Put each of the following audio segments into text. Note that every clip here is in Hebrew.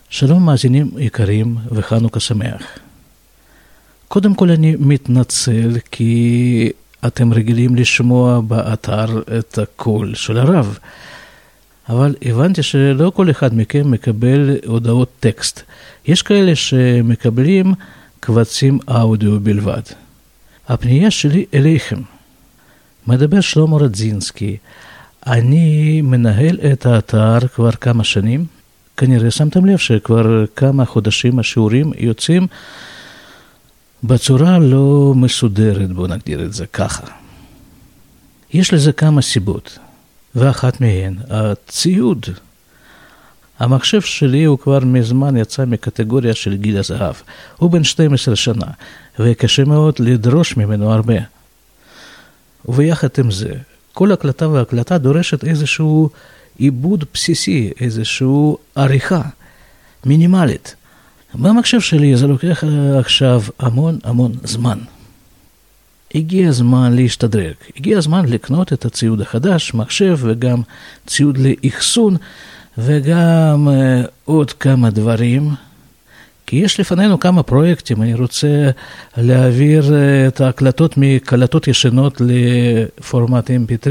שלום מאזינים יקרים וחנוכה שמח. קודם כל אני מתנצל כי אתם רגילים לשמוע באתר את הקול של הרב. אבל הבנתי שלא כל אחד מכם מקבל הודעות טקסט. יש כאלה שמקבלים קבצים אודיו בלבד. הפנייה שלי אליכם. מדבר שלמה רדזינסקי. אני מנהל את האתר כבר כמה שנים. כנראה שמתם לב שכבר כמה חודשים השיעורים יוצאים בצורה לא מסודרת, בוא נגדיר את זה ככה. יש לזה כמה סיבות, ואחת מהן, הציוד. המחשב שלי הוא כבר מזמן יצא מקטגוריה של גיל הזהב. הוא בן 12 שנה, וקשה מאוד לדרוש ממנו הרבה. וביחד עם זה, כל הקלטה והקלטה דורשת איזשהו עיבוד בסיסי, איזשהו עריכה מינימלית. במחשב שלי זה לוקח עכשיו המון זמן. הגיע הזמן להשתדרג, הגיע הזמן לקנות את הציוד החדש, מחשב וגם ציוד לאחסון וגם עוד כמה דברים. כי יש לפנינו כמה פרויקטים, אני רוצה להעביר את ההקלטות מקלטות ישנות לפורמט MP3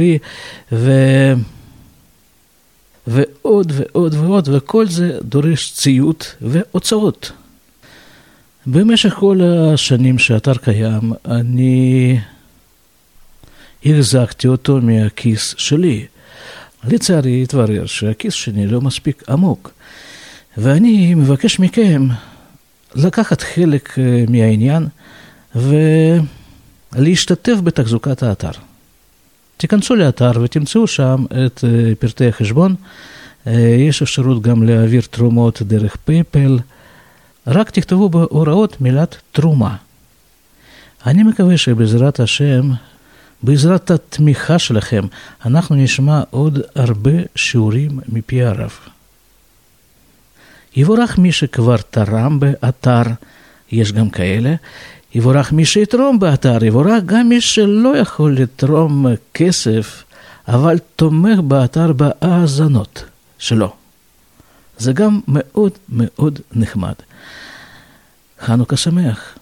ועוד ועוד ועוד, וכל זה דורש ציוד והוצאות. במשך כל השנים שהאתר קיים, אני החזקתי אותו מהכיס שלי. לצערי התברר שהכיס שלי לא מספיק עמוק, ואני מבקש מכם לקחת חלק מהעניין ולהשתתף בתחזוקת האתר. תיכנסו לאתר ותמצאו שם את פרטי החשבון. יש אפשרות גם להעביר תרומות דרך פייפל. רק תכתבו בהוראות מילת תרומה. אני מקווה שבעזרת השם, בעזרת התמיכה שלכם, אנחנו נשמע עוד הרבה שיעורים מפי הרב. יבורך מי שכבר תרם באתר, יש גם כאלה. יבורך מי שיתרום באתר, יבורך גם מי שלא יכול לתרום כסף, אבל תומך באתר בהאזנות שלו. זה גם מאוד מאוד נחמד. חנוכה שמח.